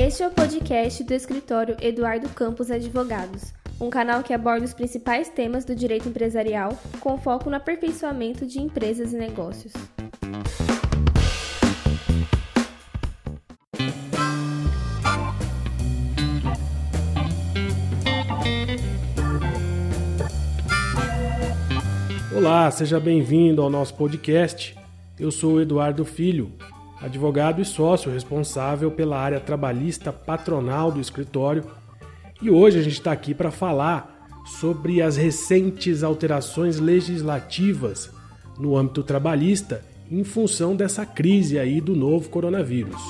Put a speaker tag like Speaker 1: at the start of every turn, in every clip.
Speaker 1: Este é o podcast do escritório Eduardo Campos Advogados, um canal que aborda os principais temas do direito empresarial com foco no aperfeiçoamento de empresas e negócios.
Speaker 2: Olá, seja bem-vindo ao nosso podcast. Eu sou o Eduardo Filho, advogado e sócio responsável pela área trabalhista patronal do escritório. E hoje a gente está aqui para falar sobre as recentes alterações legislativas no âmbito trabalhista em função dessa crise aí do novo coronavírus.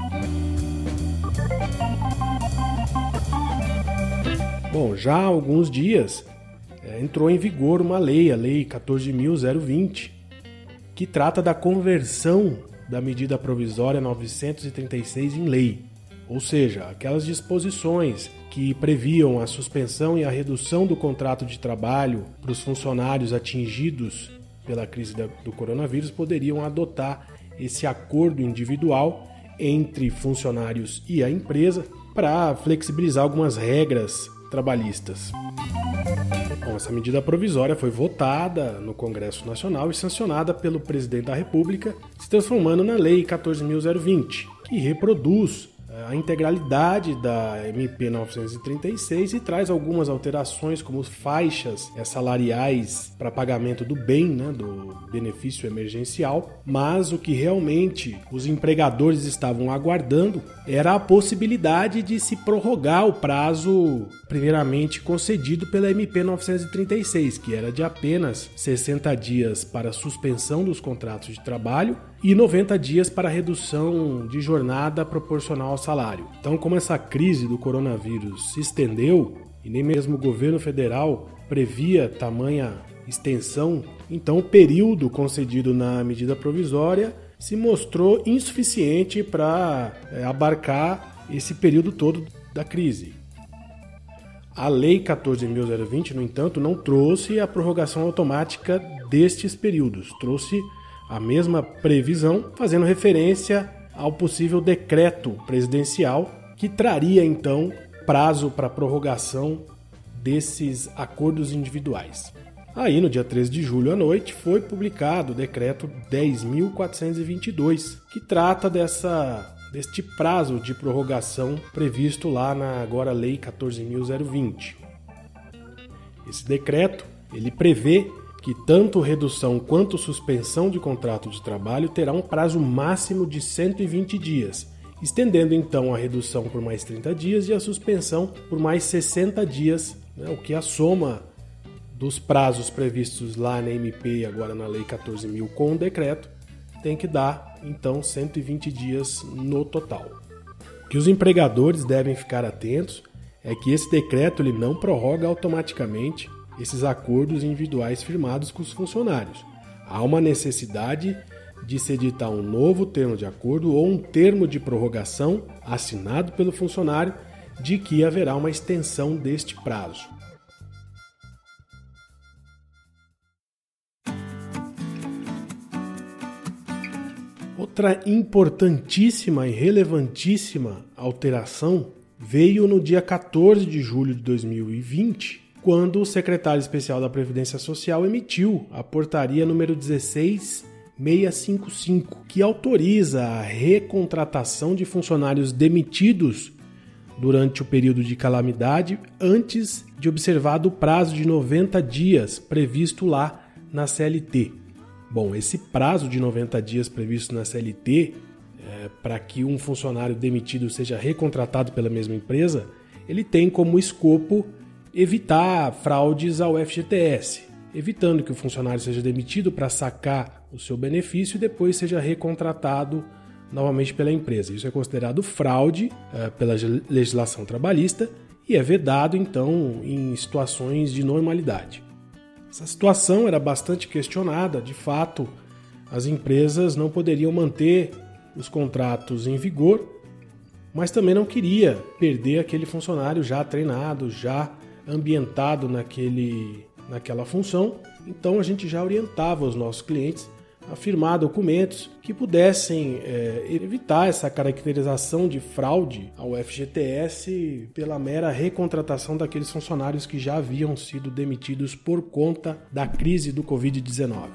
Speaker 2: Bom, já há alguns dias entrou em vigor uma lei, a Lei 14.020, que trata da conversão da medida provisória 936 em lei, ou seja, aquelas disposições que previam a suspensão e a redução do contrato de trabalho para os funcionários atingidos pela crise do coronavírus poderiam adotar esse acordo individual entre funcionários e a empresa para flexibilizar algumas regras trabalhistas. Bom, essa medida provisória foi votada no Congresso Nacional e sancionada pelo presidente da República, se transformando na Lei 14.020, que reproduz a integralidade da MP 936 e traz algumas alterações, como faixas salariais para pagamento do bem, do benefício emergencial, mas o que realmente os empregadores estavam aguardando era a possibilidade de se prorrogar o prazo primeiramente concedido pela MP 936, que era de apenas 60 dias para suspensão dos contratos de trabalho e 90 dias para redução de jornada proporcional ao salário. Então, como essa crise do coronavírus se estendeu e nem mesmo o governo federal previa tamanha extensão, então o período concedido na medida provisória se mostrou insuficiente para abarcar esse período todo da crise. A Lei 14.020, no entanto, não trouxe a prorrogação automática destes períodos, trouxe a mesma previsão, fazendo referência ao possível decreto presidencial que traria, então, prazo para prorrogação desses acordos individuais. Aí, no dia 13 de julho à noite, foi publicado o decreto 10.422, que trata deste prazo de prorrogação previsto lá na agora Lei 14.020. Esse decreto, ele prevê que tanto redução quanto suspensão de contrato de trabalho terá um prazo máximo de 120 dias, estendendo então a redução por mais 30 dias e a suspensão por mais 60 dias, o que a soma dos prazos previstos lá na MP e agora na Lei 14.000 com o decreto tem que dar então 120 dias no total. O que os empregadores devem ficar atentos é que esse decreto ele não prorroga automaticamente esses acordos individuais firmados com os funcionários. Há uma necessidade de se editar um novo termo de acordo ou um termo de prorrogação assinado pelo funcionário de que haverá uma extensão deste prazo. Outra importantíssima e relevantíssima alteração veio no dia 14 de julho de 2020, quando o secretário especial da Previdência Social emitiu a portaria número 16655, que autoriza a recontratação de funcionários demitidos durante o período de calamidade antes de observado o prazo de 90 dias previsto lá na CLT. Bom, esse prazo de 90 dias previsto na CLT, para que um funcionário demitido seja recontratado pela mesma empresa, ele tem como escopo evitar fraudes ao FGTS, evitando que o funcionário seja demitido para sacar o seu benefício e depois seja recontratado novamente pela empresa. Isso é considerado fraude pela legislação trabalhista e é vedado, então, em situações de normalidade. Essa situação era bastante questionada. De fato, as empresas não poderiam manter os contratos em vigor, mas também não queria perder aquele funcionário já treinado, já ambientado naquela função. Então a gente já orientava os nossos clientes a firmar documentos que pudessem evitar essa caracterização de fraude ao FGTS pela mera recontratação daqueles funcionários que já haviam sido demitidos por conta da crise do Covid-19.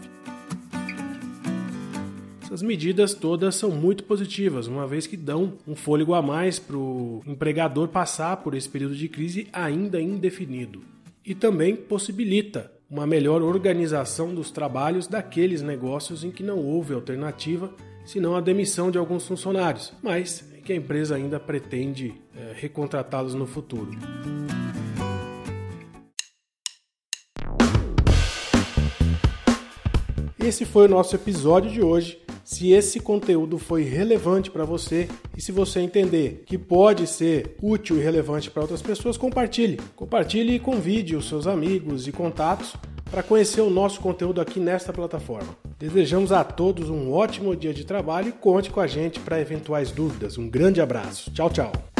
Speaker 2: Essas medidas todas são muito positivas, uma vez que dão um fôlego a mais para o empregador passar por esse período de crise ainda indefinido. E também possibilita uma melhor organização dos trabalhos daqueles negócios em que não houve alternativa, senão a demissão de alguns funcionários, mas que a empresa ainda pretende recontratá-los no futuro. Esse foi o nosso episódio de hoje. Se esse conteúdo foi relevante para você e se você entender que pode ser útil e relevante para outras pessoas, compartilhe. Compartilhe e convide os seus amigos e contatos para conhecer o nosso conteúdo aqui nesta plataforma. Desejamos a todos um ótimo dia de trabalho e conte com a gente para eventuais dúvidas. Um grande abraço. Tchau, tchau.